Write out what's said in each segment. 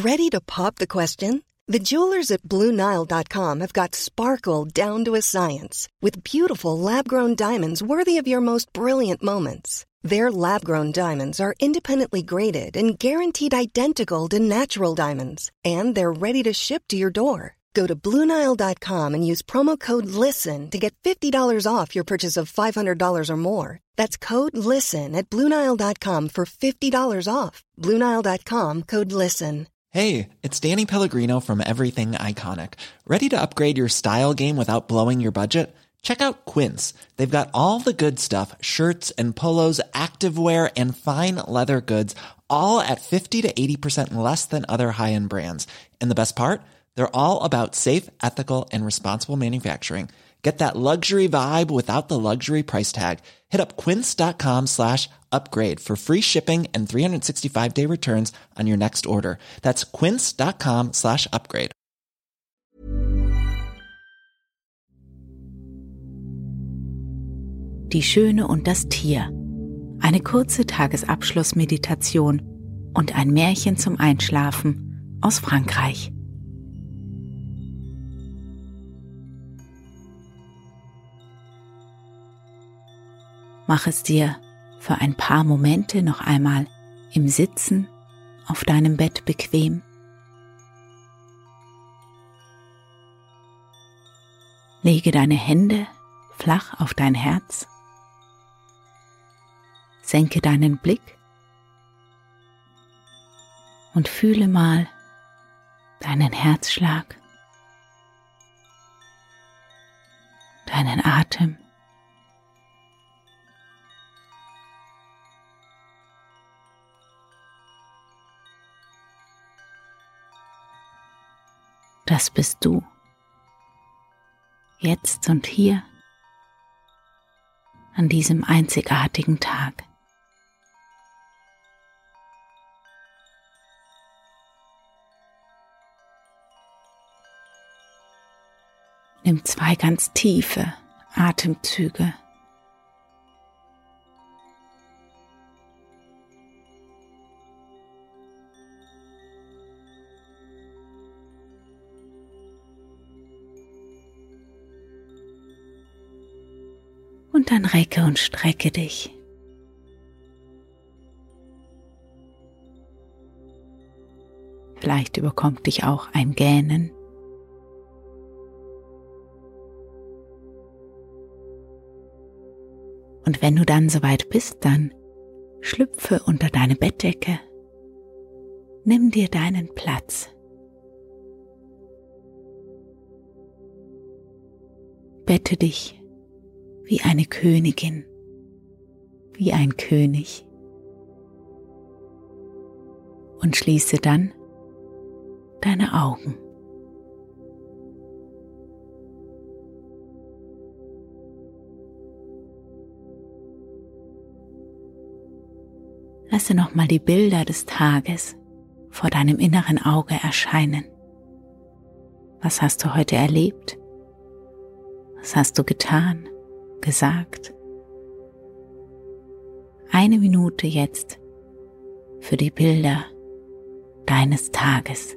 Ready to pop the question? The jewelers at BlueNile.com have got sparkle down to a science with beautiful lab-grown diamonds worthy of your most brilliant moments. Their lab-grown diamonds are independently graded and guaranteed identical to natural diamonds, and they're ready to ship to your door. Go to BlueNile.com and use promo code LISTEN to get $50 off your purchase of $500 or more. That's code LISTEN at BlueNile.com for $50 off. BlueNile.com, code LISTEN. Hey, it's Danny Pellegrino from Everything Iconic. Ready to upgrade your style game without blowing your budget? Check out Quince. They've got all the good stuff, shirts and polos, activewear, and fine leather goods, all at 50 to 80% less than other high-end brands. And the best part? They're all about safe, ethical, and responsible manufacturing. Get that luxury vibe without the luxury price tag. Hit up quince.com/upgrade for free shipping and 365-day returns on your next order. That's quince.com/upgrade. Die Schöne und das Tier. Eine kurze Tagesabschlussmeditation und ein Märchen zum Einschlafen aus Frankreich. Mach es dir für ein paar Momente noch einmal im Sitzen auf deinem Bett bequem. Lege deine Hände flach auf dein Herz. Senke deinen Blick und fühle mal deinen Herzschlag, deinen Atem. Das bist du, jetzt und hier, an diesem einzigartigen Tag. Nimm 2 ganz tiefe Atemzüge. Und dann recke und strecke dich. Vielleicht überkommt dich auch ein Gähnen. Und wenn du dann soweit bist, dann schlüpfe unter deine Bettdecke. Nimm dir deinen Platz. Bette dich wie eine Königin, wie ein König. Und schließe dann deine Augen. Lasse nochmal die Bilder des Tages vor deinem inneren Auge erscheinen. Was hast du heute erlebt? Was hast du getan, gesagt? 1 Minute jetzt für die Bilder deines Tages.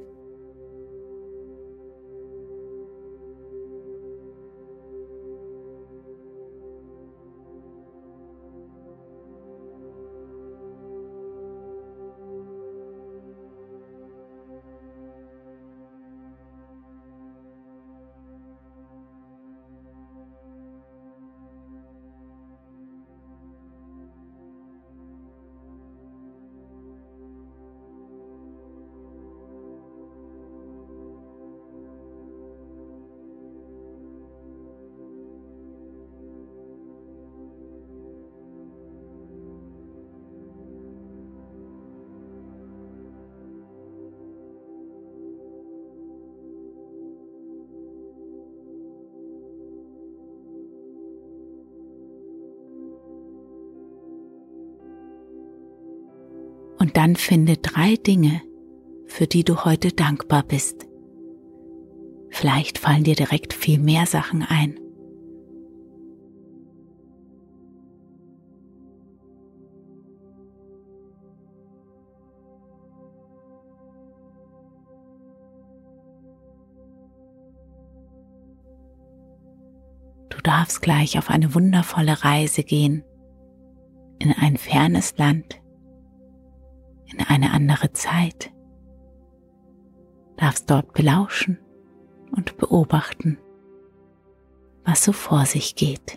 Und dann finde 3 Dinge, für die du heute dankbar bist. Vielleicht fallen dir direkt viel mehr Sachen ein. darfst gleich auf eine wundervolle Reise gehen, in ein fernes Land, in eine andere Zeit, darfst dort belauschen und beobachten, was so vor sich geht.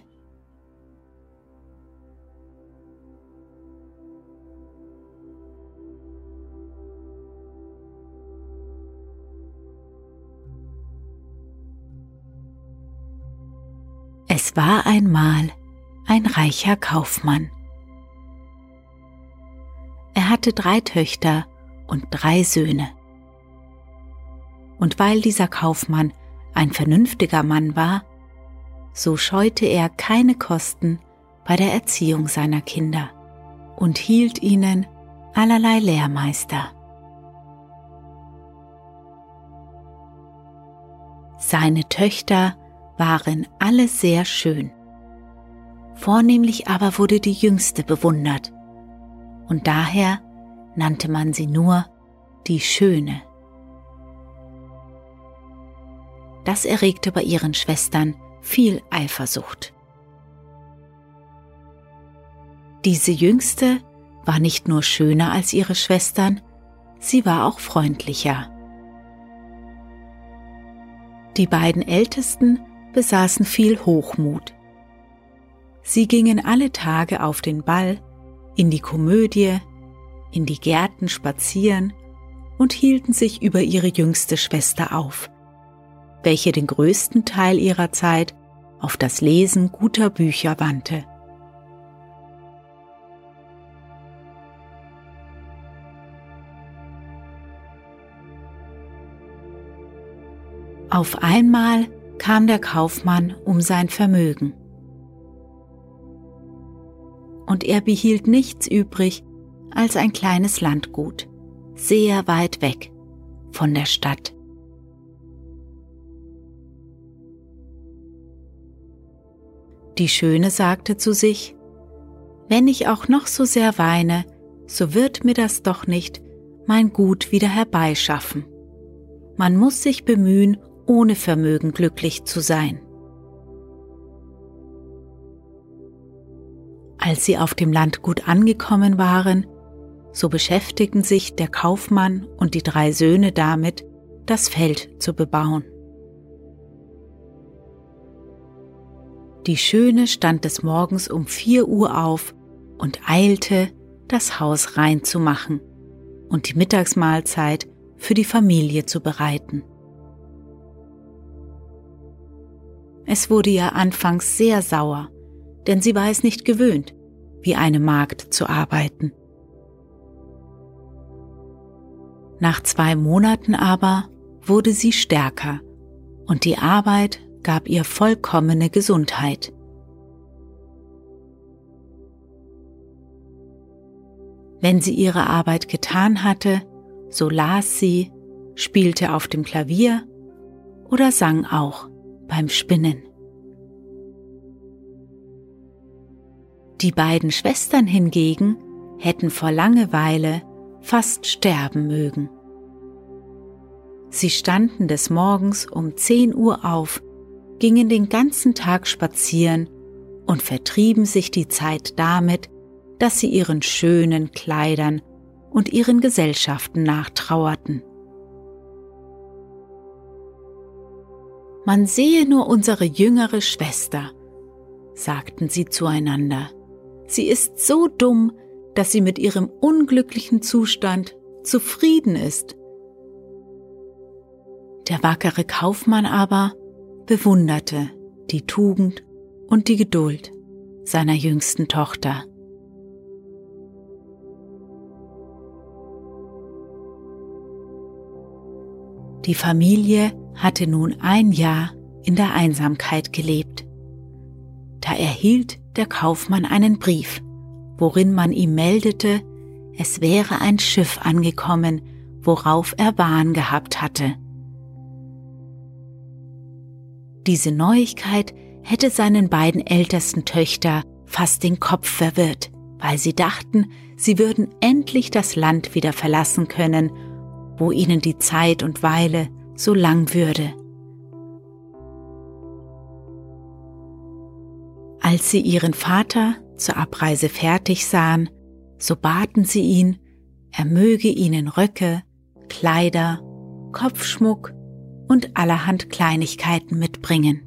Es war einmal ein reicher Kaufmann. Er hatte 3 Töchter und 3 Söhne. Und weil dieser Kaufmann ein vernünftiger Mann war, so scheute er keine Kosten bei der Erziehung seiner Kinder und hielt ihnen allerlei Lehrmeister. Seine Töchter waren alle sehr schön. Vornehmlich aber wurde die Jüngste bewundert, und daher nannte man sie nur die Schöne. Das erregte bei ihren Schwestern viel Eifersucht. Diese Jüngste war nicht nur schöner als ihre Schwestern, sie war auch freundlicher. Die beiden Ältesten besaßen viel Hochmut. Sie gingen alle Tage auf den Ball, in die Komödie, in die Gärten spazieren und hielten sich über ihre jüngste Schwester auf, welche den größten Teil ihrer Zeit auf das Lesen guter Bücher wandte. Auf einmal kam der Kaufmann um sein Vermögen. Und er behielt nichts übrig als ein kleines Landgut, sehr weit weg von der Stadt. Die Schöne sagte zu sich: Wenn ich auch noch so sehr weine, so wird mir das doch nicht mein Gut wieder herbeischaffen. Man muss sich bemühen, ohne Vermögen glücklich zu sein. Als sie auf dem Landgut angekommen waren, so beschäftigten sich der Kaufmann und die 3 Söhne damit, das Feld zu bebauen. Die Schöne stand des Morgens um 4 Uhr auf und eilte, das Haus rein zu machen und die Mittagsmahlzeit für die Familie zu bereiten. Es wurde ihr anfangs sehr sauer, denn sie war es nicht gewöhnt, wie eine Magd zu arbeiten. Nach 2 Monaten aber wurde sie stärker und die Arbeit gab ihr vollkommene Gesundheit. Wenn sie ihre Arbeit getan hatte, so las sie, spielte auf dem Klavier oder sang auch beim Spinnen. Die beiden Schwestern hingegen hätten vor Langeweile fast sterben mögen. Sie standen des Morgens um 10 Uhr auf, gingen den ganzen Tag spazieren und vertrieben sich die Zeit damit, dass sie ihren schönen Kleidern und ihren Gesellschaften nachtrauerten. Man sehe nur unsere jüngere Schwester, sagten sie zueinander. Sie ist so dumm, dass sie mit ihrem unglücklichen Zustand zufrieden ist. Der wackere Kaufmann aber bewunderte die Tugend und die Geduld seiner jüngsten Tochter. Die Familie hatte nun 1 Jahr in der Einsamkeit gelebt. Da erhielt der Kaufmann einen Brief, worin man ihm meldete, es wäre ein Schiff angekommen, worauf er Wahn gehabt hatte. Diese Neuigkeit hätte seinen beiden ältesten Töchter fast den Kopf verwirrt, weil sie dachten, sie würden endlich das Land wieder verlassen können, wo ihnen die Zeit und Weile so lang würde. Als sie ihren Vater zur Abreise fertig sahen, so baten sie ihn, er möge ihnen Röcke, Kleider, Kopfschmuck und allerhand Kleinigkeiten mitbringen.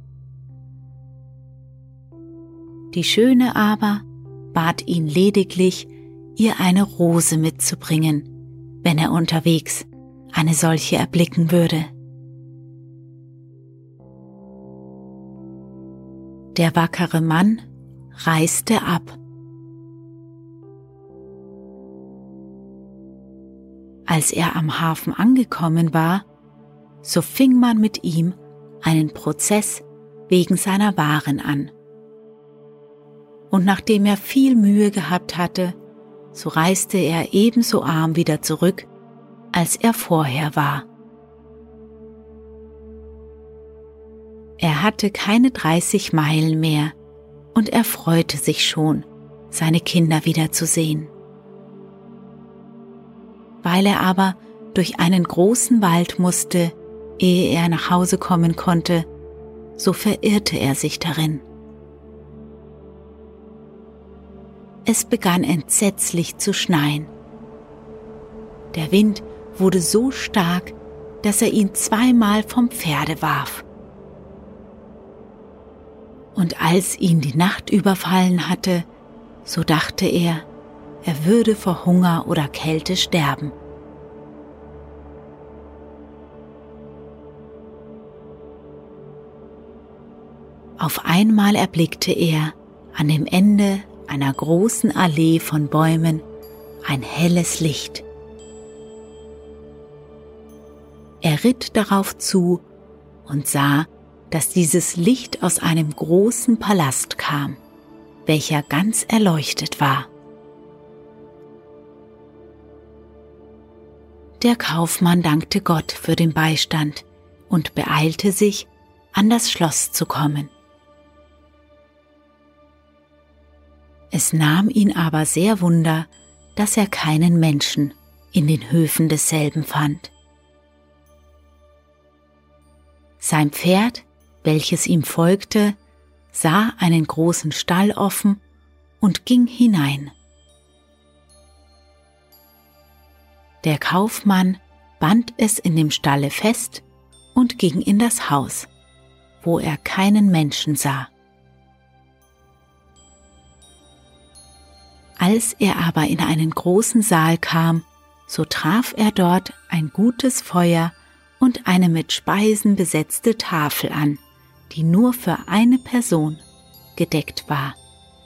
Die Schöne aber bat ihn lediglich, ihr eine Rose mitzubringen, wenn er unterwegs eine solche erblicken würde. Der wackere Mann reiste ab. Als er am Hafen angekommen war, so fing man mit ihm einen Prozess wegen seiner Waren an. Und nachdem er viel Mühe gehabt hatte, so reiste er ebenso arm wieder zurück, als er vorher war. Er hatte keine 30 Meilen mehr und er freute sich schon, seine Kinder wiederzusehen. Weil er aber durch einen großen Wald musste, ehe er nach Hause kommen konnte, so verirrte er sich darin. Es begann entsetzlich zu schneien. Der Wind wurde so stark, dass er ihn 2-mal vom Pferde warf. Und als ihn die Nacht überfallen hatte, so dachte er würde vor Hunger oder Kälte sterben. Auf einmal erblickte er an dem Ende einer großen Allee von Bäumen ein helles Licht. Er ritt darauf zu und sah, dass dieses Licht aus einem großen Palast kam, welcher ganz erleuchtet war. Der Kaufmann dankte Gott für den Beistand und beeilte sich, an das Schloss zu kommen. Es nahm ihn aber sehr Wunder, dass er keinen Menschen in den Höfen desselben fand. Sein Pferd, welches ihm folgte, sah einen großen Stall offen und ging hinein. Der Kaufmann band es in dem Stalle fest und ging in das Haus, wo er keinen Menschen sah. Als er aber in einen großen Saal kam, so traf er dort ein gutes Feuer und eine mit Speisen besetzte Tafel an, die nur für eine Person gedeckt war.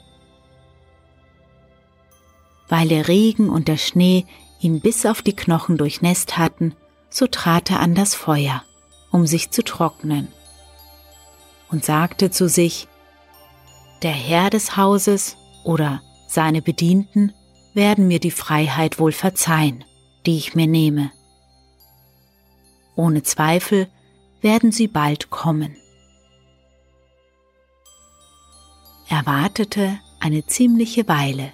Weil der Regen und der Schnee ihn bis auf die Knochen durchnässt hatten, so trat er an das Feuer, um sich zu trocknen, und sagte zu sich: Der Herr des Hauses oder seine Bedienten werden mir die Freiheit wohl verzeihen, die ich mir nehme. Ohne Zweifel werden sie bald kommen. Er wartete eine ziemliche Weile.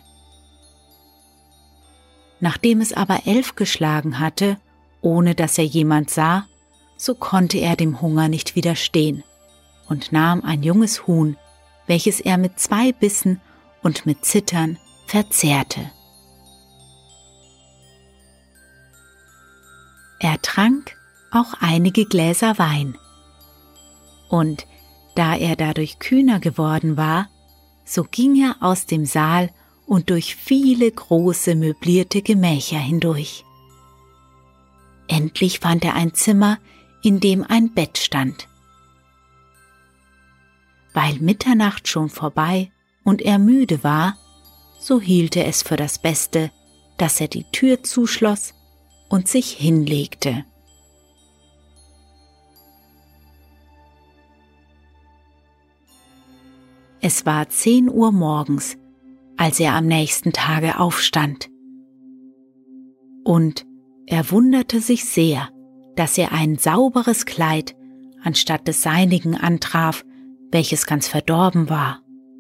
Nachdem es aber 11 geschlagen hatte, ohne dass er jemand sah, so konnte er dem Hunger nicht widerstehen und nahm ein junges Huhn, welches er mit 2 Bissen und mit Zittern verzehrte. Er trank auch einige Gläser Wein, und da er dadurch kühner geworden war, so ging er aus dem Saal und durch viele große möblierte Gemächer hindurch. Endlich fand er ein Zimmer, in dem ein Bett stand. Weil Mitternacht schon vorbei und er müde war, so hielt er es für das Beste, dass er die Tür zuschloss und sich hinlegte. Es war 10 Uhr morgens, als er am nächsten Tage aufstand. Und er wunderte sich sehr, dass er ein sauberes Kleid anstatt des seinigen antraf, welches ganz verdorben war.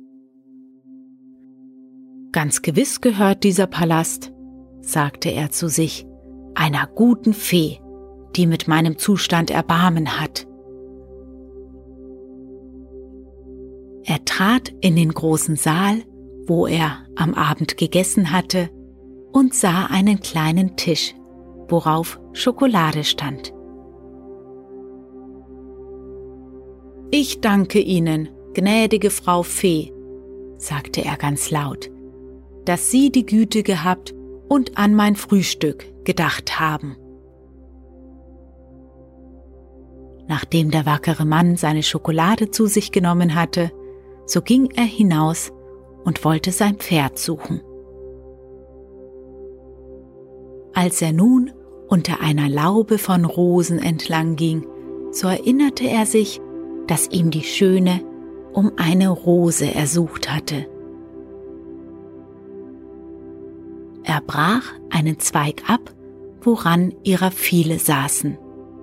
Ganz gewiss gehört dieser Palast, sagte er zu sich, einer guten Fee, die mit meinem Zustand Erbarmen hat. Er trat in den großen Saal, wo er am Abend gegessen hatte, und sah einen kleinen Tisch, worauf Schokolade stand. »Ich danke Ihnen, gnädige Frau Fee«, sagte er ganz laut, »dass Sie die Güte gehabt und an mein Frühstück gedacht haben.« Nachdem der wackere Mann seine Schokolade zu sich genommen hatte, so ging er hinaus und wollte sein Pferd suchen. Als er nun unter einer Laube von Rosen entlang ging, so erinnerte er sich, dass ihm die Schöne um eine Rose ersucht hatte. Er brach einen Zweig ab, woran ihrer viele saßen.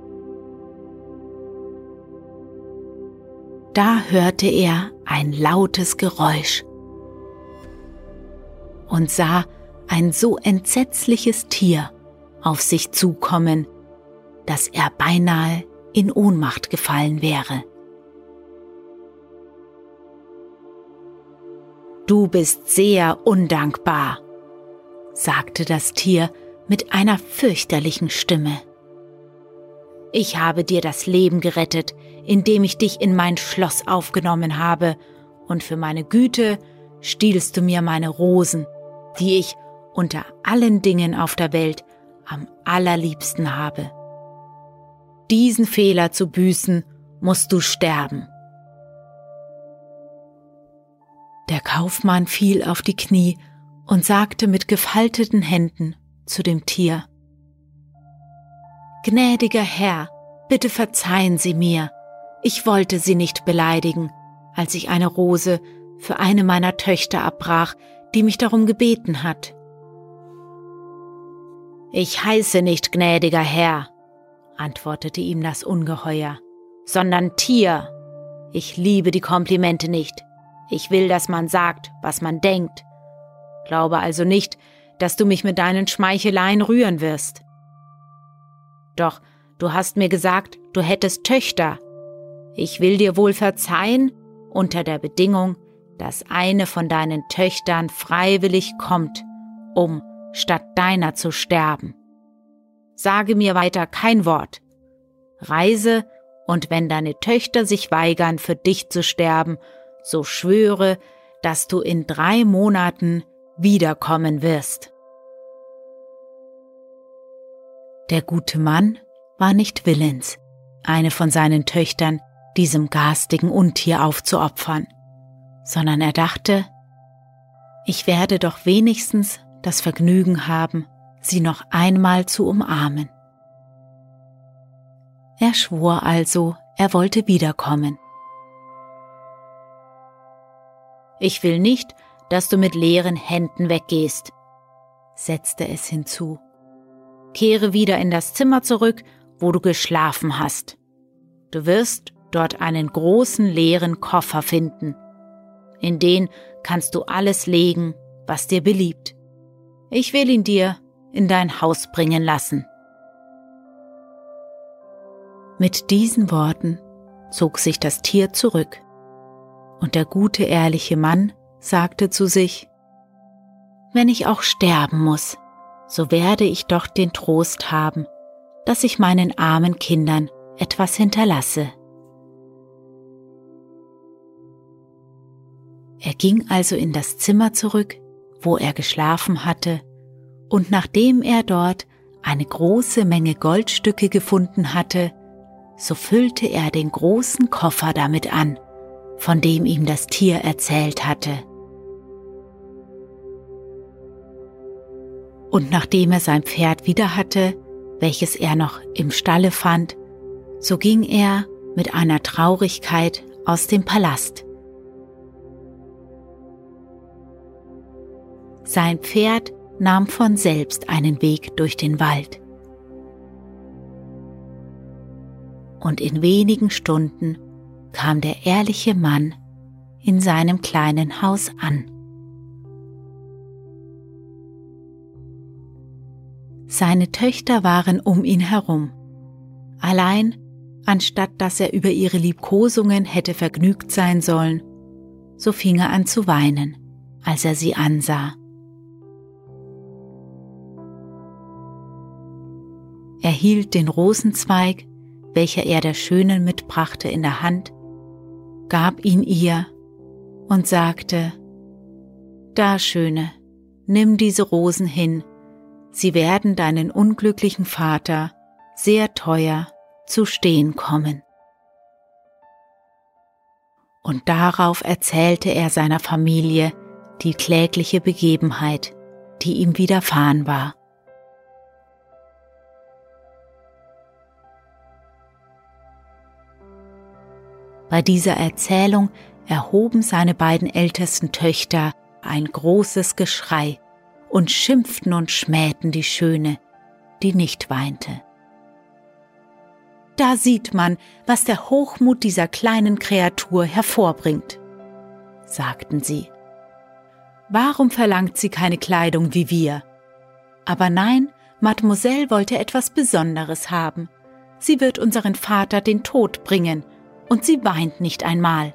Da hörte er ein lautes Geräusch und sah ein so entsetzliches Tier auf sich zukommen, dass er beinahe in Ohnmacht gefallen wäre. »Du bist sehr undankbar«, sagte das Tier mit einer fürchterlichen Stimme. »Ich habe dir das Leben gerettet, indem ich dich in mein Schloss aufgenommen habe, und für meine Güte stiehlst du mir meine Rosen, die ich unter allen Dingen auf der Welt am allerliebsten habe. Diesen Fehler zu büßen, musst du sterben.« Der Kaufmann fiel auf die Knie und sagte mit gefalteten Händen zu dem Tier: »Gnädiger Herr, bitte verzeihen Sie mir. Ich wollte Sie nicht beleidigen, als ich eine Rose für eine meiner Töchter abbrach, die mich darum gebeten hat.« »Ich heiße nicht gnädiger Herr«, antwortete ihm das Ungeheuer, »sondern Tier. Ich liebe die Komplimente nicht. Ich will, dass man sagt, was man denkt. Glaube also nicht, dass du mich mit deinen Schmeicheleien rühren wirst. Doch du hast mir gesagt, du hättest Töchter. Ich will dir wohl verzeihen, unter der Bedingung, dass eine von deinen Töchtern freiwillig kommt, um statt deiner zu sterben. Sage mir weiter kein Wort. Reise, und wenn deine Töchter sich weigern, für dich zu sterben, so schwöre, dass du in 3 Monaten wiederkommen wirst.« Der gute Mann war nicht willens, eine von seinen Töchtern diesem garstigen Untier aufzuopfern, sondern er dachte, ich werde doch wenigstens das Vergnügen haben, sie noch einmal zu umarmen. Er schwor also, er wollte wiederkommen. »Ich will nicht, dass du mit leeren Händen weggehst«, setzte es hinzu. »Kehre wieder in das Zimmer zurück, wo du geschlafen hast. Du wirst dort einen großen leeren Koffer finden. In den kannst du alles legen, was dir beliebt. Ich will ihn dir in dein Haus bringen lassen.« Mit diesen Worten zog sich das Tier zurück, und der gute, ehrliche Mann sagte zu sich: »Wenn ich auch sterben muss, so werde ich doch den Trost haben, dass ich meinen armen Kindern etwas hinterlasse.« Er ging also in das Zimmer zurück, wo er geschlafen hatte, und nachdem er dort eine große Menge Goldstücke gefunden hatte, so füllte er den großen Koffer damit an, von dem ihm das Tier erzählt hatte. Und nachdem er sein Pferd wieder hatte, welches er noch im Stalle fand, so ging er mit einer Traurigkeit aus dem Palast. Sein Pferd nahm von selbst einen Weg durch den Wald. Und in wenigen Stunden kam der ehrliche Mann in seinem kleinen Haus an. Seine Töchter waren um ihn herum. Allein, anstatt dass er über ihre Liebkosungen hätte vergnügt sein sollen, so fing er an zu weinen, als er sie ansah. Er hielt den Rosenzweig, welcher er der Schönen mitbrachte, in der Hand, gab ihn ihr und sagte: »Da, Schöne, nimm diese Rosen hin, sie werden deinen unglücklichen Vater sehr teuer zu stehen kommen.« Und darauf erzählte er seiner Familie die klägliche Begebenheit, die ihm widerfahren war. Bei dieser Erzählung erhoben seine beiden ältesten Töchter ein großes Geschrei und schimpften und schmähten die Schöne, die nicht weinte. »Da sieht man, was der Hochmut dieser kleinen Kreatur hervorbringt«, sagten sie. »Warum verlangt sie keine Kleidung wie wir? Aber nein, Mademoiselle wollte etwas Besonderes haben. Sie wird unseren Vater den Tod bringen, und sie weint nicht einmal.«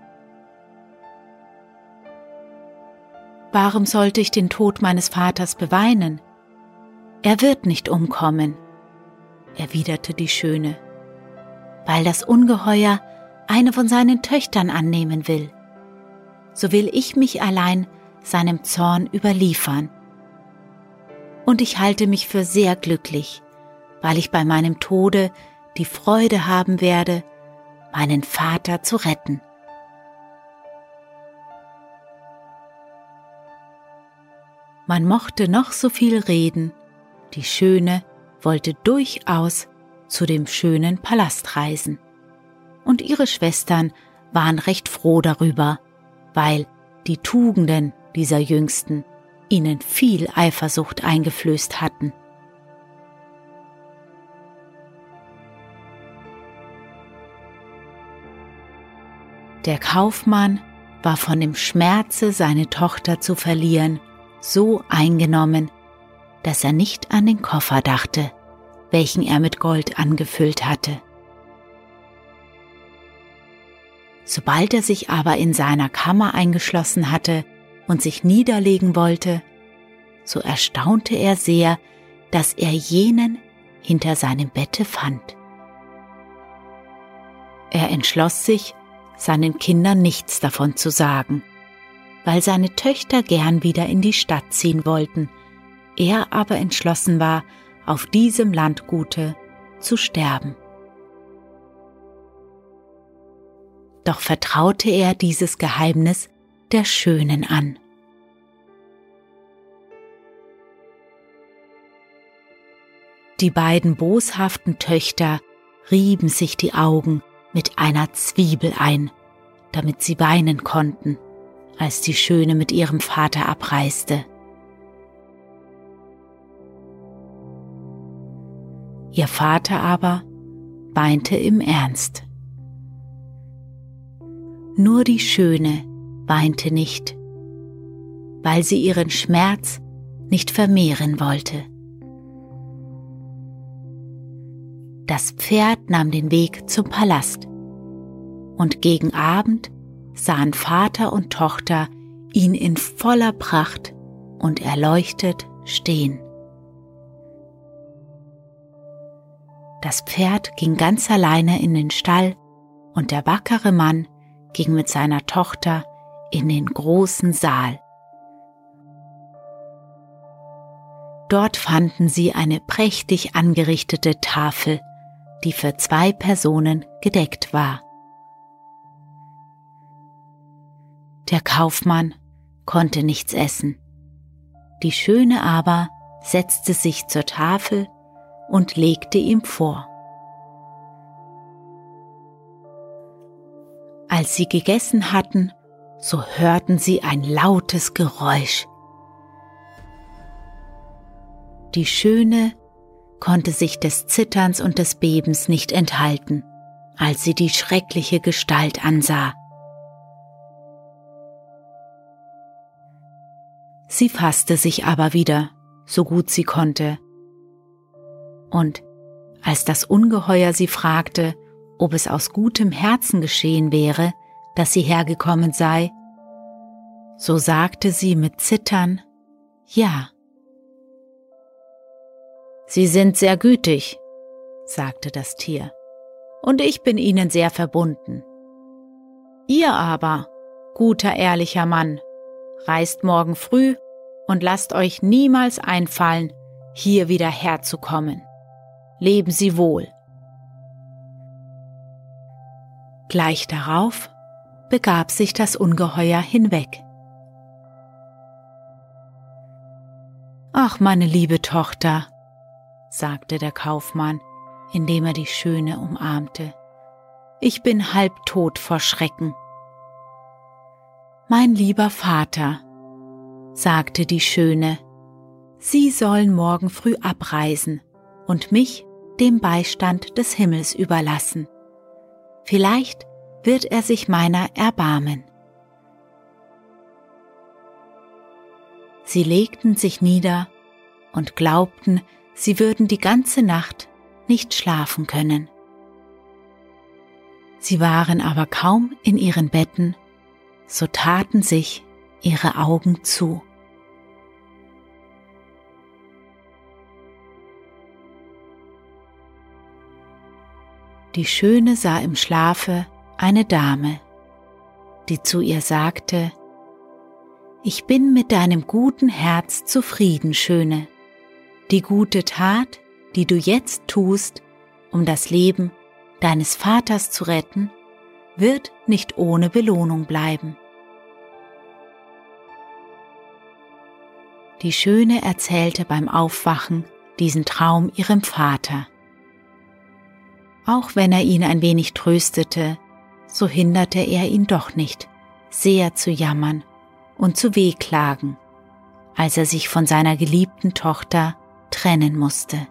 »Warum sollte ich den Tod meines Vaters beweinen? Er wird nicht umkommen«, erwiderte die Schöne, »weil das Ungeheuer eine von seinen Töchtern annehmen will. So will ich mich allein seinem Zorn überliefern. Und ich halte mich für sehr glücklich, weil ich bei meinem Tode die Freude haben werde, meinen Vater zu retten.« Man mochte noch so viel reden, die Schöne wollte durchaus zu dem schönen Palast reisen. Und ihre Schwestern waren recht froh darüber, weil die Tugenden dieser Jüngsten ihnen viel Eifersucht eingeflößt hatten. Der Kaufmann war von dem Schmerze, seine Tochter zu verlieren, so eingenommen, dass er nicht an den Koffer dachte, welchen er mit Gold angefüllt hatte. Sobald er sich aber in seiner Kammer eingeschlossen hatte und sich niederlegen wollte, so erstaunte er sehr, dass er jenen hinter seinem Bette fand. Er entschloss sich, seinen Kindern nichts davon zu sagen, weil seine Töchter gern wieder in die Stadt ziehen wollten, er aber entschlossen war, auf diesem Landgute zu sterben. Doch vertraute er dieses Geheimnis der Schönen an. Die beiden boshaften Töchter rieben sich die Augen mit einer Zwiebel ein, damit sie weinen konnten, als die Schöne mit ihrem Vater abreiste. Ihr Vater aber weinte im Ernst. Nur die Schöne weinte nicht, weil sie ihren Schmerz nicht vermehren wollte. Das Pferd nahm den Weg zum Palast, und gegen Abend sahen Vater und Tochter ihn in voller Pracht und erleuchtet stehen. Das Pferd ging ganz alleine in den Stall und der wackere Mann ging mit seiner Tochter in den großen Saal. Dort fanden sie eine prächtig angerichtete Tafel, die für 2 Personen gedeckt war. Der Kaufmann konnte nichts essen. Die Schöne aber setzte sich zur Tafel und legte ihm vor. Als sie gegessen hatten, so hörten sie ein lautes Geräusch. Die Schöne konnte sich des Zitterns und des Bebens nicht enthalten, als sie die schreckliche Gestalt ansah. Sie fasste sich aber wieder, so gut sie konnte. Und als das Ungeheuer sie fragte, ob es aus gutem Herzen geschehen wäre, dass sie hergekommen sei, So sagte sie mit Zittern: »Ja.« »Sie sind sehr gütig«, sagte das Tier, »und ich bin Ihnen sehr verbunden. Ihr aber, guter, ehrlicher Mann, reist morgen früh und lasst euch niemals einfallen, hier wieder herzukommen. Leben Sie wohl.« Gleich darauf begab sich das Ungeheuer hinweg. »Ach, meine liebe Tochter«, sagte der Kaufmann, indem er die Schöne umarmte, »ich bin halbtot vor Schrecken.« »Mein lieber Vater«, sagte die Schöne, »Sie sollen morgen früh abreisen und mich dem Beistand des Himmels überlassen. Vielleicht wird er sich meiner erbarmen.« Sie legten sich nieder und glaubten, sie würden die ganze Nacht nicht schlafen können. Sie waren aber kaum in ihren Betten, so taten sich ihre Augen zu. Die Schöne sah im Schlafe eine Dame, die zu ihr sagte: »Ich bin mit deinem guten Herz zufrieden, Schöne. Die gute Tat, die du jetzt tust, um das Leben deines Vaters zu retten, wird nicht ohne Belohnung bleiben.« Die Schöne erzählte beim Aufwachen diesen Traum ihrem Vater. Auch wenn er ihn ein wenig tröstete, so hinderte er ihn doch nicht, sehr zu jammern und zu wehklagen, als er sich von seiner geliebten Tochter trennen musste.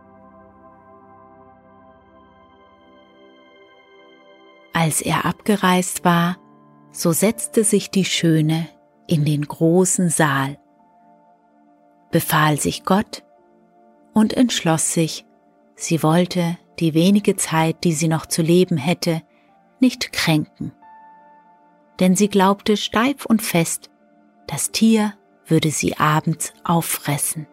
Als er abgereist war, so setzte sich die Schöne in den großen Saal, befahl sich Gott und entschloss sich, sie wollte die wenige Zeit, die sie noch zu leben hätte, nicht kränken. Denn sie glaubte steif und fest, das Tier würde sie abends auffressen.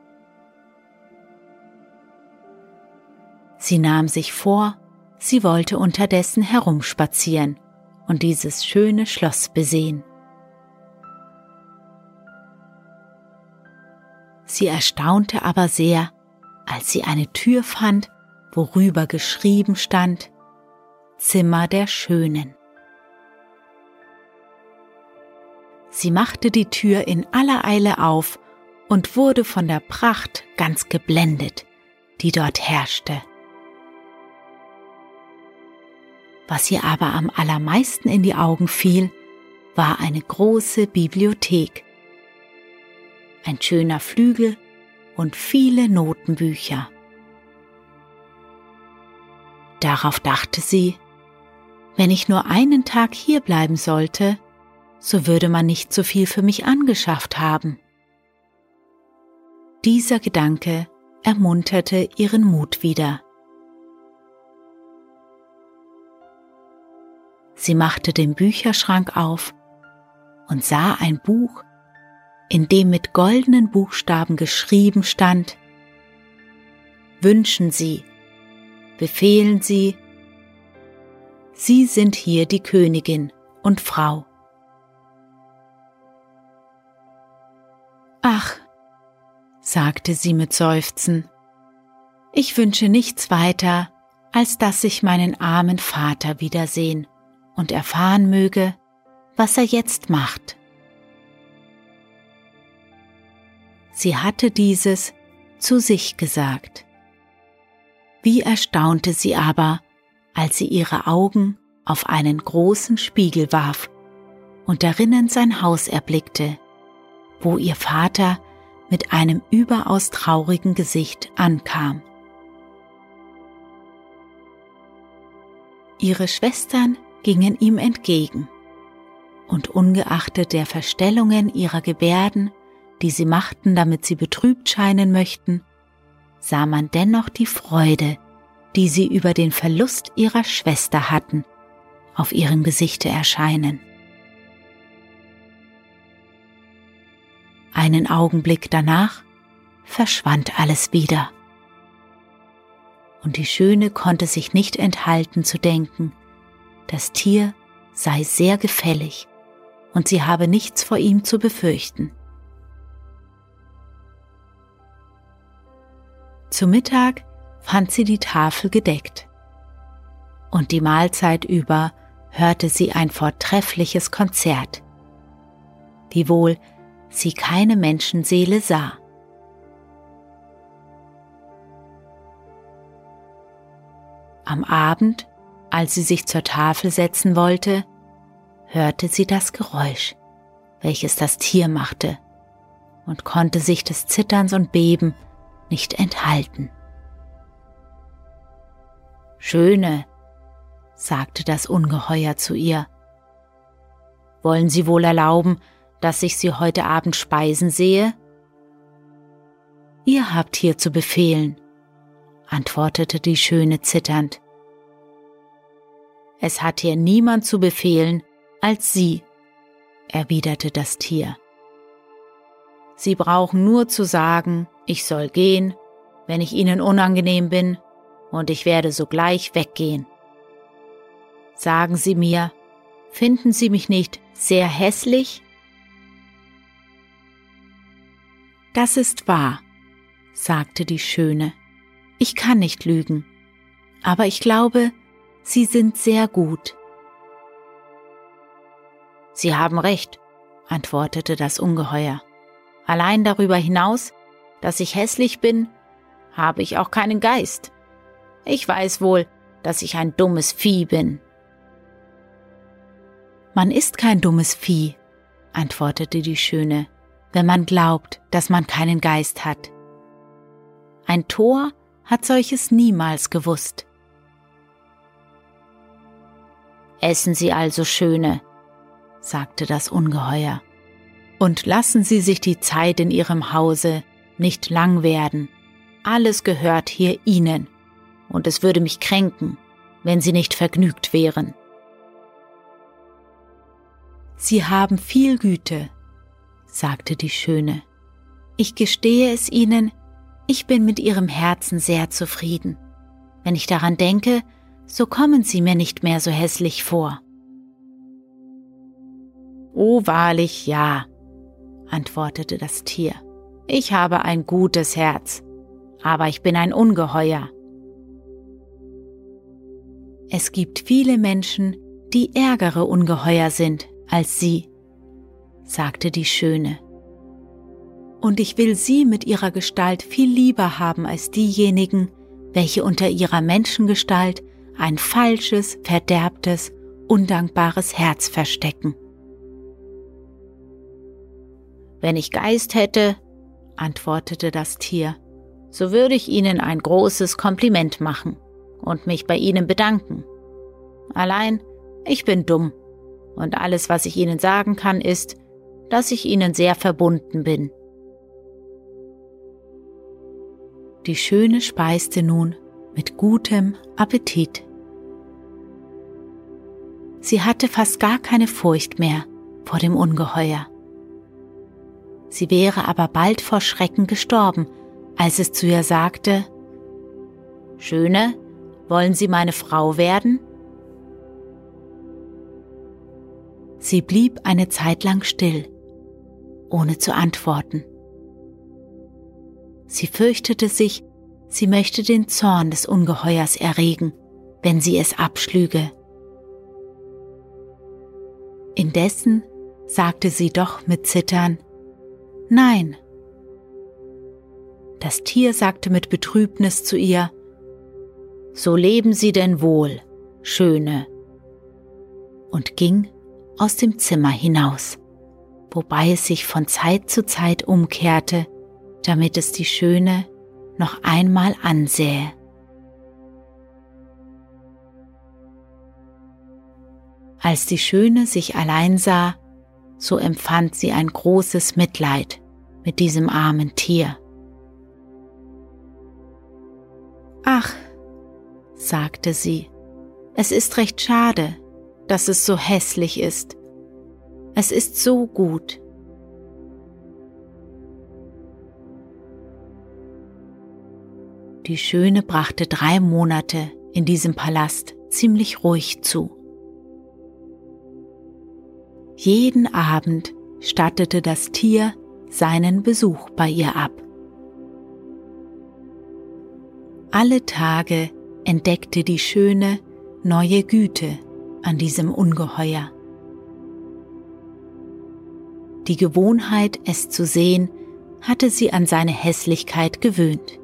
Sie nahm sich vor, sie wollte unterdessen herumspazieren und dieses schöne Schloss besehen. Sie erstaunte aber sehr, als sie eine Tür fand, worüber geschrieben stand: Zimmer der Schönen. Sie machte die Tür in aller Eile auf und wurde von der Pracht ganz geblendet, die dort herrschte. Was ihr aber am allermeisten in die Augen fiel, war eine große Bibliothek, ein schöner Flügel und viele Notenbücher. Darauf dachte sie, wenn ich nur einen Tag hier bleiben sollte, so würde man nicht so viel für mich angeschafft haben. Dieser Gedanke ermunterte ihren Mut wieder. Sie machte den Bücherschrank auf und sah ein Buch, in dem mit goldenen Buchstaben geschrieben stand: Wünschen Sie, befehlen Sie, Sie sind hier die Königin und Frau. Ach, sagte sie mit Seufzen, ich wünsche nichts weiter, als dass ich meinen armen Vater wiedersehen und erfahren möge, was er jetzt macht. Sie hatte dieses zu sich gesagt. Wie erstaunte sie aber, als sie ihre Augen auf einen großen Spiegel warf und darinnen sein Haus erblickte, wo ihr Vater mit einem überaus traurigen Gesicht ankam. Ihre Schwestern gingen ihm entgegen, und ungeachtet der Verstellungen ihrer Gebärden, die sie machten, damit sie betrübt scheinen möchten, sah man dennoch die Freude, die sie über den Verlust ihrer Schwester hatten, auf ihrem Gesichte erscheinen. Einen Augenblick danach verschwand alles wieder. Und die Schöne konnte sich nicht enthalten zu denken, das Tier sei sehr gefällig und sie habe nichts vor ihm zu befürchten. Zu Mittag fand sie die Tafel gedeckt und die Mahlzeit über hörte sie ein vortreffliches Konzert, wiewohl sie keine Menschenseele sah. Am Abend, als sie sich zur Tafel setzen wollte, hörte sie das Geräusch, welches das Tier machte, und konnte sich des Zitterns und Beben nicht enthalten. »Schöne«, sagte das Ungeheuer zu ihr, »wollen Sie wohl erlauben, dass ich Sie heute Abend speisen sehe?« »Ihr habt hier zu befehlen«, antwortete die Schöne zitternd. »Es hat hier niemand zu befehlen als Sie«, erwiderte das Tier. »Sie brauchen nur zu sagen, ich soll gehen, wenn ich Ihnen unangenehm bin, und ich werde sogleich weggehen. Sagen Sie mir, finden Sie mich nicht sehr hässlich?« »Das ist wahr«, sagte die Schöne. »Ich kann nicht lügen, aber ich glaube, Sie sind sehr gut.« »Sie haben recht«, antwortete das Ungeheuer. »Allein darüber hinaus, dass ich hässlich bin, habe ich auch keinen Geist. Ich weiß wohl, dass ich ein dummes Vieh bin.« »Man ist kein dummes Vieh«, antwortete die Schöne, »wenn man glaubt, dass man keinen Geist hat. Ein Tor hat solches niemals gewusst.« »Essen Sie also, Schöne«, sagte das Ungeheuer, »und lassen Sie sich die Zeit in Ihrem Hause nicht lang werden. Alles gehört hier Ihnen, und es würde mich kränken, wenn Sie nicht vergnügt wären.« »Sie haben viel Güte«, sagte die Schöne. »Ich gestehe es Ihnen, ich bin mit Ihrem Herzen sehr zufrieden. Wenn ich daran denke, so kommen Sie mir nicht mehr so hässlich vor.« »Oh, wahrlich ja«, antwortete das Tier. »Ich habe ein gutes Herz, aber ich bin ein Ungeheuer.« »Es gibt viele Menschen, die ärgere Ungeheuer sind als Sie«, sagte die Schöne. »Und ich will Sie mit Ihrer Gestalt viel lieber haben als diejenigen, welche unter ihrer Menschengestalt ein falsches, verderbtes, undankbares Herz verstecken.« »Wenn ich Geist hätte«, antwortete das Tier, »so würde ich Ihnen ein großes Kompliment machen und mich bei Ihnen bedanken. Allein, ich bin dumm, und alles, was ich Ihnen sagen kann, ist, dass ich Ihnen sehr verbunden bin.« Die Schöne speiste nun mit gutem Appetit. Sie hatte fast gar keine Furcht mehr vor dem Ungeheuer. Sie wäre aber bald vor Schrecken gestorben, als es zu ihr sagte: »Schöne, wollen Sie meine Frau werden?« Sie blieb eine Zeit lang still, ohne zu antworten. Sie fürchtete sich, sie möchte den Zorn des Ungeheuers erregen, wenn sie es abschlüge. Indessen sagte sie doch mit Zittern: »Nein.« Das Tier sagte mit Betrübnis zu ihr: »So leben Sie denn wohl, Schöne«, und ging aus dem Zimmer hinaus, wobei es sich von Zeit zu Zeit umkehrte, damit es die Schöne noch einmal ansähe. Als die Schöne sich allein sah, so empfand sie ein großes Mitleid mit diesem armen Tier. »Ach«, sagte sie, »es ist recht schade, dass es so hässlich ist. Es ist so gut.« Die Schöne brachte 3 Monate in diesem Palast ziemlich ruhig zu. Jeden Abend stattete das Tier seinen Besuch bei ihr ab. Alle Tage entdeckte die Schöne neue Güte an diesem Ungeheuer. Die Gewohnheit, es zu sehen, hatte sie an seine Hässlichkeit gewöhnt.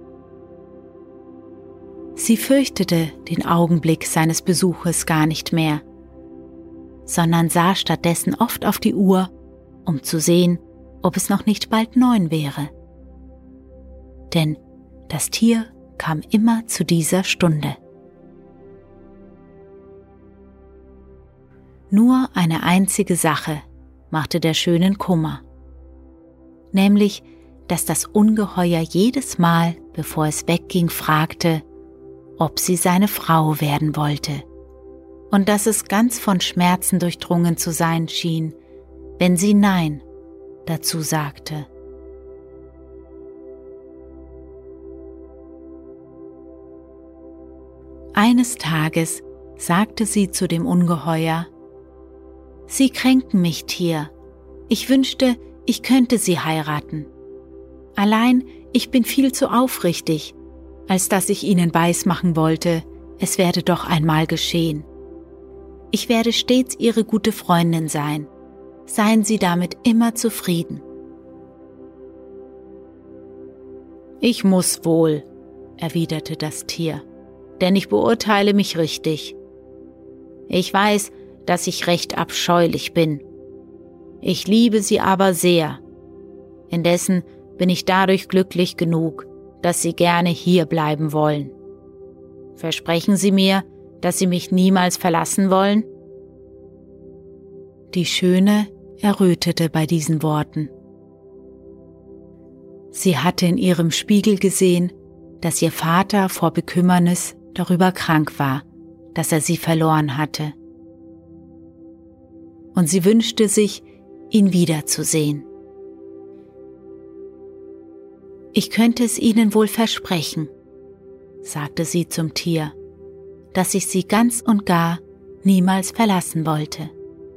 Sie fürchtete den Augenblick seines Besuches gar nicht mehr, sondern sah stattdessen oft auf die Uhr, um zu sehen, ob es noch nicht bald 9 wäre. Denn das Tier kam immer zu dieser Stunde. Nur eine einzige Sache machte der Schönen Kummer, nämlich, dass das Ungeheuer jedes Mal, bevor es wegging, fragte, ob sie seine Frau werden wollte, und dass es ganz von Schmerzen durchdrungen zu sein schien, wenn sie Nein dazu sagte. Eines Tages sagte sie zu dem Ungeheuer: »Sie kränken mich, Tier. Ich wünschte, ich könnte Sie heiraten. Allein, ich bin viel zu aufrichtig, als dass ich Ihnen weismachen wollte, es werde doch einmal geschehen. Ich werde stets Ihre gute Freundin sein. Seien Sie damit immer zufrieden.« »Ich muss wohl«, erwiderte das Tier, »denn ich beurteile mich richtig. Ich weiß, dass ich recht abscheulich bin. Ich liebe Sie aber sehr. Indessen bin ich dadurch glücklich genug, dass Sie gerne hier bleiben wollen. Versprechen Sie mir, dass Sie mich niemals verlassen wollen?« Die Schöne errötete bei diesen Worten. Sie hatte in ihrem Spiegel gesehen, dass ihr Vater vor Bekümmernis darüber krank war, dass er sie verloren hatte. Und sie wünschte sich, ihn wiederzusehen. »Ich könnte es Ihnen wohl versprechen«, sagte sie zum Tier, »dass ich Sie ganz und gar niemals verlassen wollte.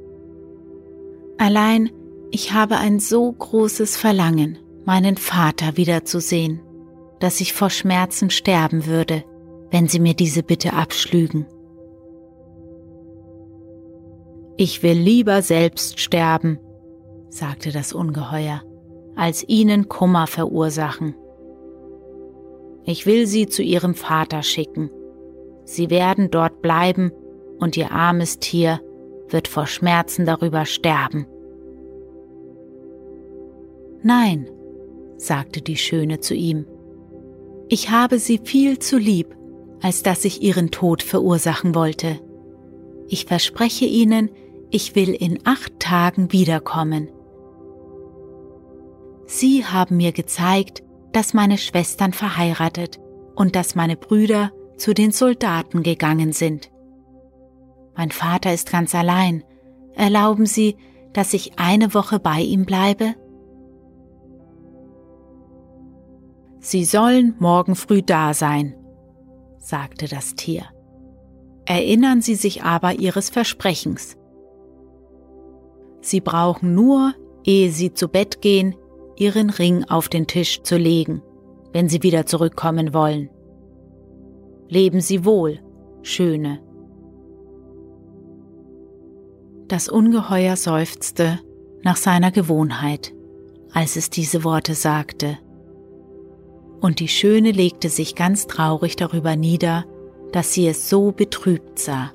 Allein, ich habe ein so großes Verlangen, meinen Vater wiederzusehen, dass ich vor Schmerzen sterben würde, wenn Sie mir diese Bitte abschlügen.« »Ich will lieber selbst sterben«, sagte das Ungeheuer, »als Ihnen Kummer verursachen. Ich will Sie zu Ihrem Vater schicken. Sie werden dort bleiben und Ihr armes Tier wird vor Schmerzen darüber sterben.« »Nein«, sagte die Schöne zu ihm, »ich habe Sie viel zu lieb, als dass ich Ihren Tod verursachen wollte. Ich verspreche Ihnen, ich will in 8 Tagen wiederkommen. Sie haben mir gezeigt, dass meine Schwestern verheiratet und dass meine Brüder zu den Soldaten gegangen sind. Mein Vater ist ganz allein. Erlauben Sie, dass ich eine Woche bei ihm bleibe?« »Sie sollen morgen früh da sein«, sagte das Tier. »Erinnern Sie sich aber Ihres Versprechens. Sie brauchen nur, ehe Sie zu Bett gehen, Ihren Ring auf den Tisch zu legen, wenn Sie wieder zurückkommen wollen. Leben Sie wohl, Schöne.« Das Ungeheuer seufzte nach seiner Gewohnheit, als es diese Worte sagte. Und die Schöne legte sich ganz traurig darüber nieder, dass sie es so betrübt sah.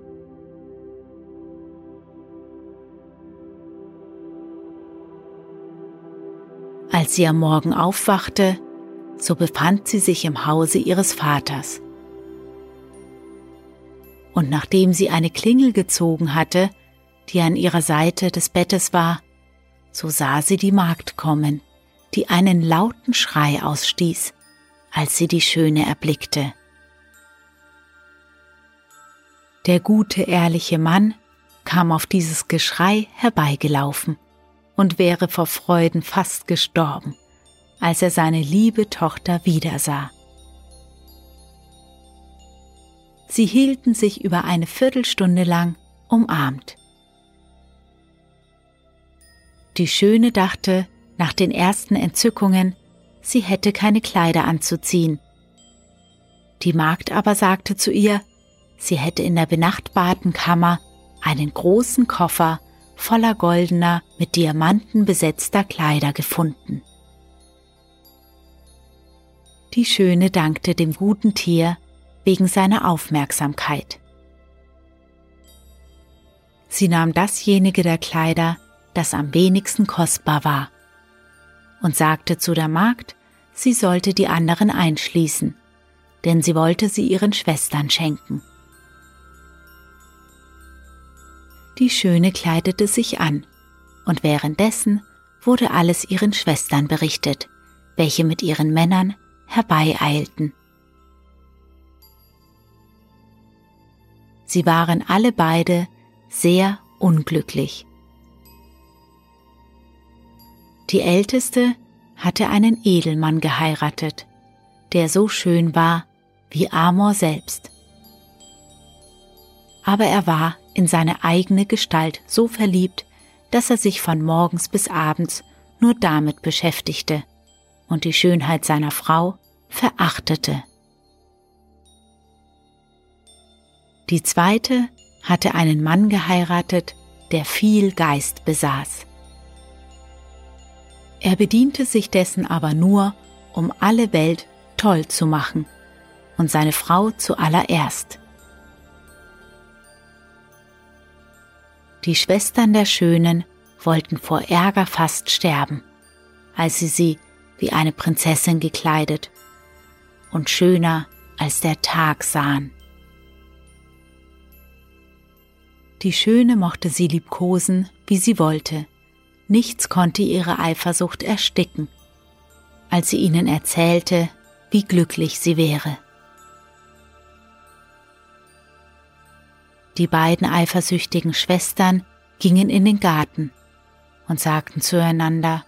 Als sie am Morgen aufwachte, so befand sie sich im Hause ihres Vaters. Und nachdem sie eine Klingel gezogen hatte, die an ihrer Seite des Bettes war, so sah sie die Magd kommen, die einen lauten Schrei ausstieß, als sie die Schöne erblickte. Der gute, ehrliche Mann kam auf dieses Geschrei herbeigelaufen und wäre vor Freuden fast gestorben, als er seine liebe Tochter wiedersah. Sie hielten sich über eine Viertelstunde lang umarmt. Die Schöne dachte nach den ersten Entzückungen, sie hätte keine Kleider anzuziehen. Die Magd aber sagte zu ihr, sie hätte in der benachbarten Kammer einen großen Koffer voller goldener, mit Diamanten besetzter Kleider gefunden. Die Schöne dankte dem guten Tier wegen seiner Aufmerksamkeit. Sie nahm dasjenige der Kleider, das am wenigsten kostbar war, und sagte zu der Magd, sie sollte die anderen einschließen, denn sie wollte sie ihren Schwestern schenken. Die Schöne kleidete sich an, und währenddessen wurde alles ihren Schwestern berichtet, welche mit ihren Männern herbeieilten. Sie waren alle beide sehr unglücklich. Die Älteste hatte einen Edelmann geheiratet, der so schön war wie Amor selbst. Aber er war in seine eigene Gestalt so verliebt, dass er sich von morgens bis abends nur damit beschäftigte und die Schönheit seiner Frau verachtete. Die zweite hatte einen Mann geheiratet, der viel Geist besaß. Er bediente sich dessen aber nur, um alle Welt toll zu machen und seine Frau zuallererst. Die Schwestern der Schönen wollten vor Ärger fast sterben, als sie wie eine Prinzessin gekleidet und schöner als der Tag sahen. Die Schöne mochte sie liebkosen, wie sie wollte. Nichts konnte ihre Eifersucht ersticken, als sie ihnen erzählte, wie glücklich sie wäre. Die beiden eifersüchtigen Schwestern gingen in den Garten und sagten zueinander: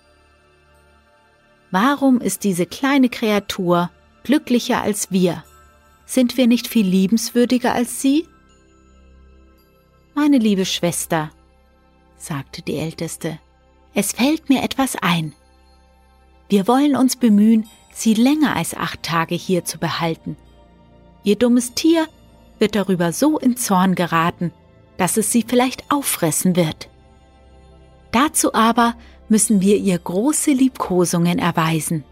Warum ist diese kleine Kreatur glücklicher als wir? Sind wir nicht viel liebenswürdiger als sie? Meine liebe Schwester, sagte die Älteste, es fällt mir etwas ein. Wir wollen uns bemühen, sie länger als 8 Tage hier zu behalten. Ihr dummes Tier wird darüber so in Zorn geraten, dass es sie vielleicht auffressen wird. Dazu aber müssen wir ihr große Liebkosungen erweisen.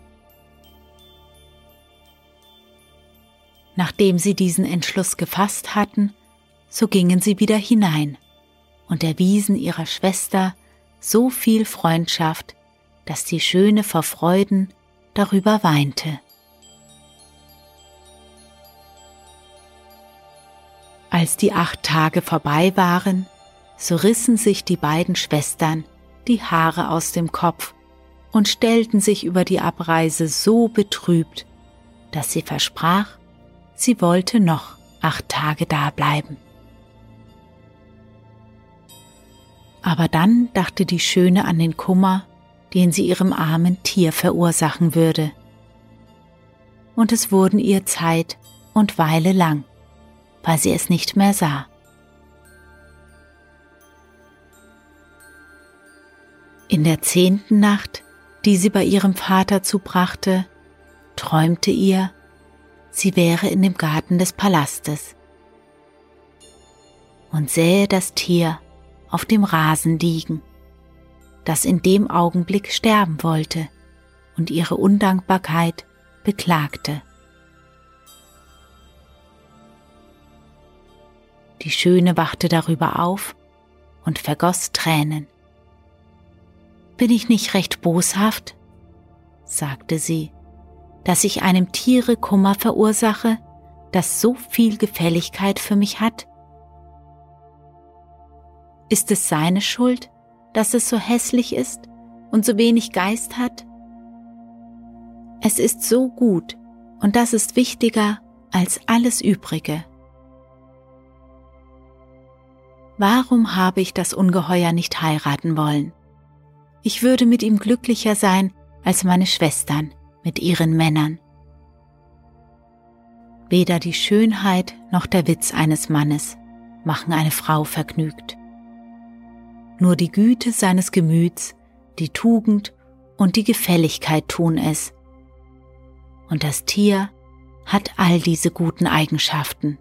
Nachdem sie diesen Entschluss gefasst hatten, so gingen sie wieder hinein und erwiesen ihrer Schwester so viel Freundschaft, dass die Schöne vor Freuden darüber weinte. Als die 8 Tage vorbei waren, so rissen sich die beiden Schwestern die Haare aus dem Kopf und stellten sich über die Abreise so betrübt, dass sie versprach, sie wollte noch 8 Tage dableiben. Aber dann dachte die Schöne an den Kummer, den sie ihrem armen Tier verursachen würde. Und es wurden ihr Zeit und Weile lang, weil sie es nicht mehr sah. In der 10. Nacht, die sie bei ihrem Vater zubrachte, träumte ihr, sie wäre in dem Garten des Palastes und sähe das Tier auf dem Rasen liegen, das in dem Augenblick sterben wollte und ihre Undankbarkeit beklagte. Die Schöne wachte darüber auf und vergoss Tränen. »Bin ich nicht recht boshaft?« sagte sie, »dass ich einem Tiere Kummer verursache, das so viel Gefälligkeit für mich hat? Ist es seine Schuld, dass es so hässlich ist und so wenig Geist hat? Es ist so gut und das ist wichtiger als alles Übrige. Warum habe ich das Ungeheuer nicht heiraten wollen? Ich würde mit ihm glücklicher sein als meine Schwestern mit ihren Männern. Weder die Schönheit noch der Witz eines Mannes machen eine Frau vergnügt. Nur die Güte seines Gemüts, die Tugend und die Gefälligkeit tun es. Und das Tier hat all diese guten Eigenschaften.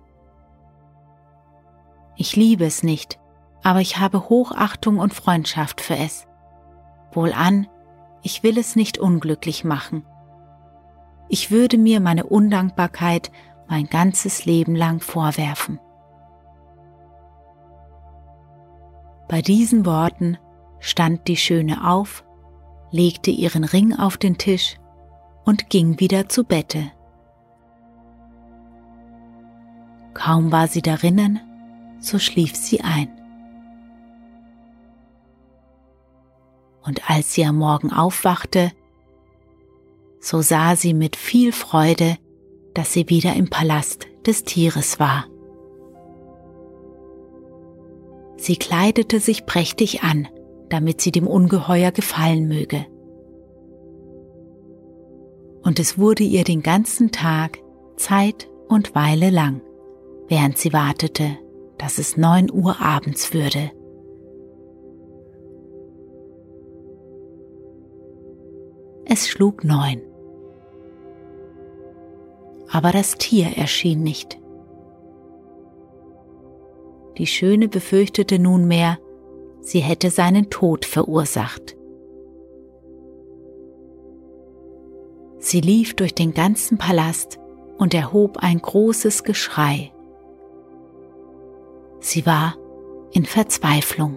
Ich liebe es nicht, aber ich habe Hochachtung und Freundschaft für es. Wohlan, ich will es nicht unglücklich machen. Ich würde mir meine Undankbarkeit mein ganzes Leben lang vorwerfen. Bei diesen Worten stand die Schöne auf, legte ihren Ring auf den Tisch und ging wieder zu Bette. Kaum war sie darinnen, so schlief sie ein. Und als sie am Morgen aufwachte, so sah sie mit viel Freude, dass sie wieder im Palast des Tieres war. Sie kleidete sich prächtig an, damit sie dem Ungeheuer gefallen möge. Und es wurde ihr den ganzen Tag, Zeit und Weile lang, während sie wartete, dass es 9 Uhr abends würde. Es schlug 9. Aber das Tier erschien nicht. Die Schöne befürchtete nunmehr, sie hätte seinen Tod verursacht. Sie lief durch den ganzen Palast und erhob ein großes Geschrei. Sie war in Verzweiflung.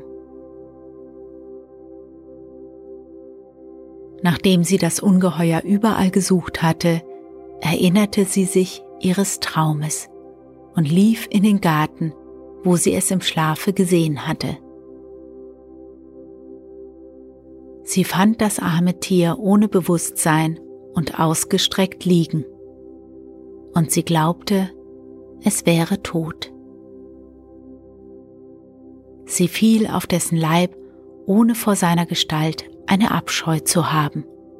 Nachdem sie das Ungeheuer überall gesucht hatte, erinnerte sie sich ihres Traumes und lief in den Garten, wo sie es im Schlafe gesehen hatte. Sie fand das arme Tier ohne Bewusstsein und ausgestreckt liegen, und sie glaubte, es wäre tot. Sie fiel auf dessen Leib, ohne vor seiner Gestalt eine Abscheu zu haben.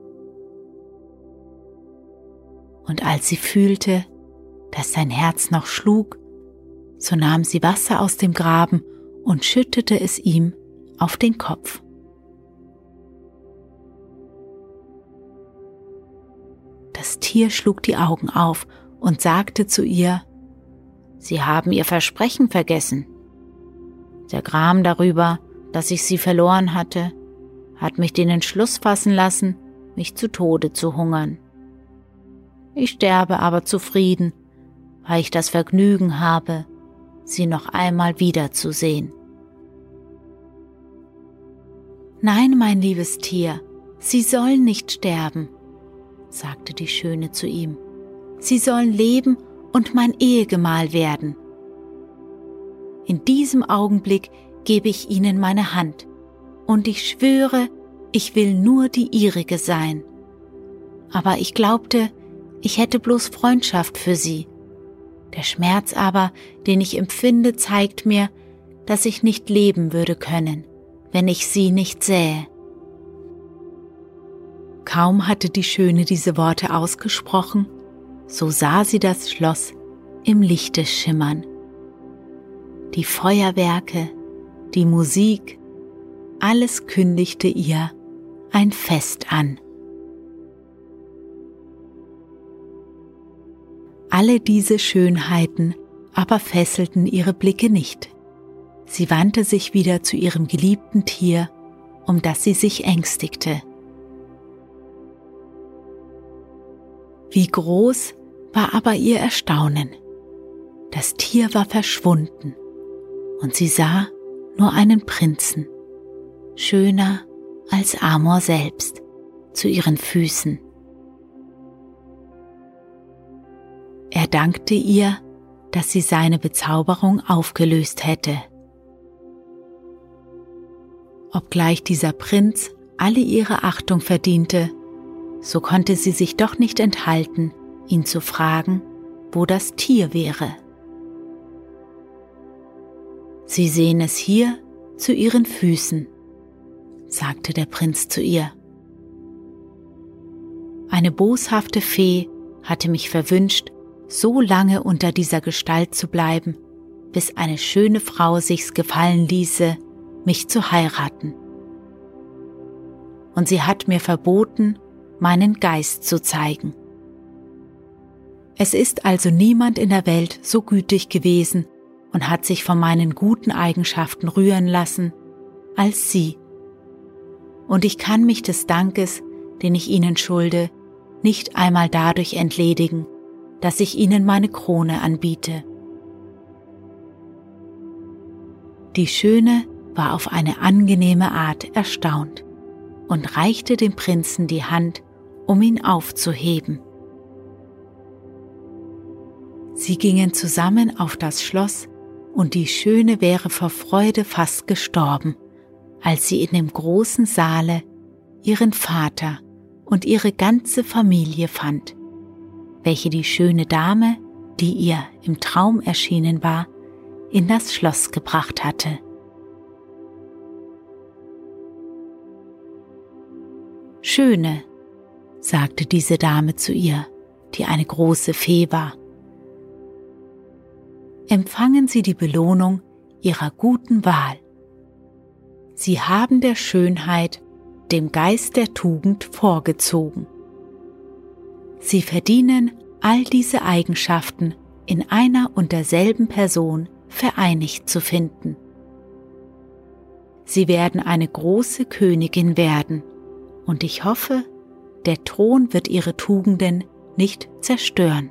Und als sie fühlte, dass sein Herz noch schlug, so nahm sie Wasser aus dem Graben und schüttete es ihm auf den Kopf. Das Tier schlug die Augen auf und sagte zu ihr: »Sie haben Ihr Versprechen vergessen. Der Gram darüber, dass ich Sie verloren hatte, hat mich den Entschluss fassen lassen, mich zu Tode zu hungern. Ich sterbe aber zufrieden, weil ich das Vergnügen habe, Sie noch einmal wiederzusehen.« »Nein, mein liebes Tier, Sie sollen nicht sterben«, sagte die Schöne zu ihm. »Sie sollen leben und mein Ehegemahl werden. In diesem Augenblick gebe ich Ihnen meine Hand, und ich schwöre, ich will nur die Ihrige sein. Aber ich glaubte, ich hätte bloß Freundschaft für Sie. Der Schmerz aber, den ich empfinde, zeigt mir, dass ich nicht leben würde können, wenn ich Sie nicht sähe.« Kaum hatte die Schöne diese Worte ausgesprochen, so sah sie das Schloss im Lichte schimmern. Die Feuerwerke, die Musik, alles kündigte ihr ein Fest an. Alle diese Schönheiten aber fesselten ihre Blicke nicht. Sie wandte sich wieder zu ihrem geliebten Tier, um das sie sich ängstigte. Wie groß war aber ihr Erstaunen. Das Tier war verschwunden und sie sah nur einen Prinzen, schöner als Amor selbst, zu ihren Füßen. Er dankte ihr, dass sie seine Bezauberung aufgelöst hätte. Obgleich dieser Prinz alle ihre Achtung verdiente, so konnte sie sich doch nicht enthalten, ihn zu fragen, wo das Tier wäre. »Sie sehen es hier zu Ihren Füßen«, sagte der Prinz zu ihr. »Eine boshafte Fee hatte mich verwünscht so lange unter dieser Gestalt zu bleiben, bis eine schöne Frau sich's gefallen ließe, mich zu heiraten. Und sie hat mir verboten, meinen Geist zu zeigen. Es ist also niemand in der Welt so gütig gewesen und hat sich von meinen guten Eigenschaften rühren lassen, als sie. Und ich kann mich des Dankes, den ich ihnen schulde, nicht einmal dadurch entledigen, dass ich ihnen meine Krone anbiete. Die Schöne war auf eine angenehme Art erstaunt und reichte dem Prinzen die Hand, um ihn aufzuheben. Sie gingen zusammen auf das Schloss, und die Schöne wäre vor Freude fast gestorben, als sie in dem großen Saale ihren Vater und ihre ganze Familie fand, welche die schöne Dame, die ihr im Traum erschienen war, in das Schloss gebracht hatte. »Schöne«, sagte diese Dame zu ihr, die eine große Fee war, »empfangen Sie die Belohnung Ihrer guten Wahl. Sie haben der Schönheit dem Geist der Tugend vorgezogen. Sie verdienen all diese Eigenschaften in einer und derselben Person vereinigt zu finden. Sie werden eine große Königin werden, und ich hoffe, der Thron wird ihre Tugenden nicht zerstören.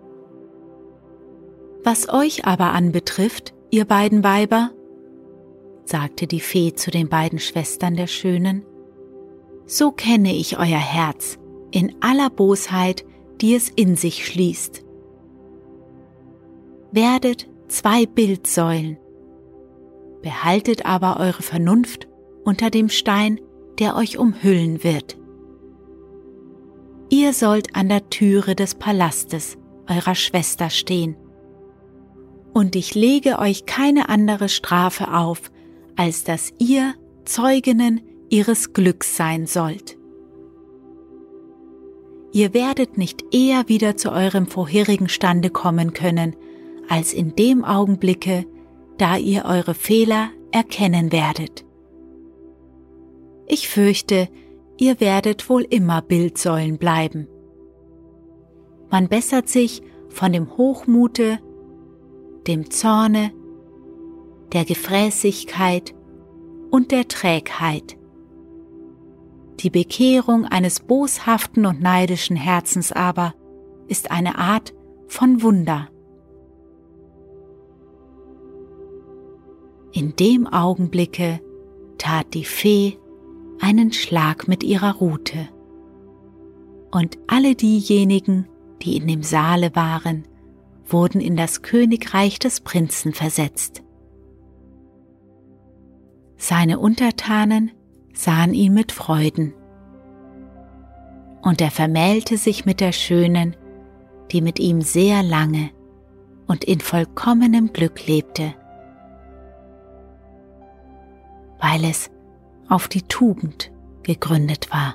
Was euch aber anbetrifft, ihr beiden Weiber«, sagte die Fee zu den beiden Schwestern der Schönen, »so kenne ich euer Herz in aller Bosheit, die es in sich schließt. Werdet 2 Bildsäulen, behaltet aber eure Vernunft unter dem Stein, der euch umhüllen wird. Ihr sollt an der Türe des Palastes eurer Schwester stehen, und ich lege euch keine andere Strafe auf, als dass ihr Zeuginnen ihres Glücks sein sollt. Ihr werdet nicht eher wieder zu eurem vorherigen Stande kommen können, als in dem Augenblicke, da ihr eure Fehler erkennen werdet. Ich fürchte, ihr werdet wohl immer Bildsäulen bleiben. Man bessert sich von dem Hochmute, dem Zorne, der Gefräßigkeit und der Trägheit. Die Bekehrung eines boshaften und neidischen Herzens aber ist eine Art von Wunder. In dem Augenblicke tat die Fee einen Schlag mit ihrer Rute, und alle diejenigen, die in dem Saale waren, wurden in das Königreich des Prinzen versetzt. Seine Untertanen sahen ihn mit Freuden, und er vermählte sich mit der Schönen, die mit ihm sehr lange und in vollkommenem Glück lebte, weil es auf die Tugend gegründet war.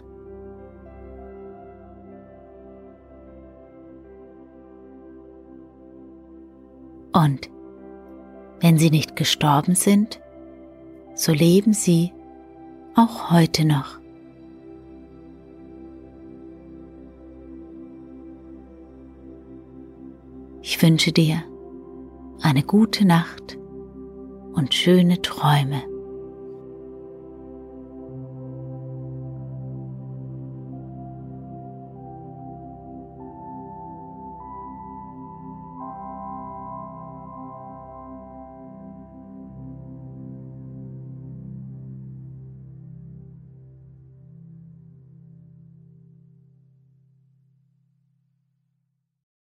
Und wenn sie nicht gestorben sind, so leben sie auch heute noch. Ich wünsche dir eine gute Nacht und schöne Träume.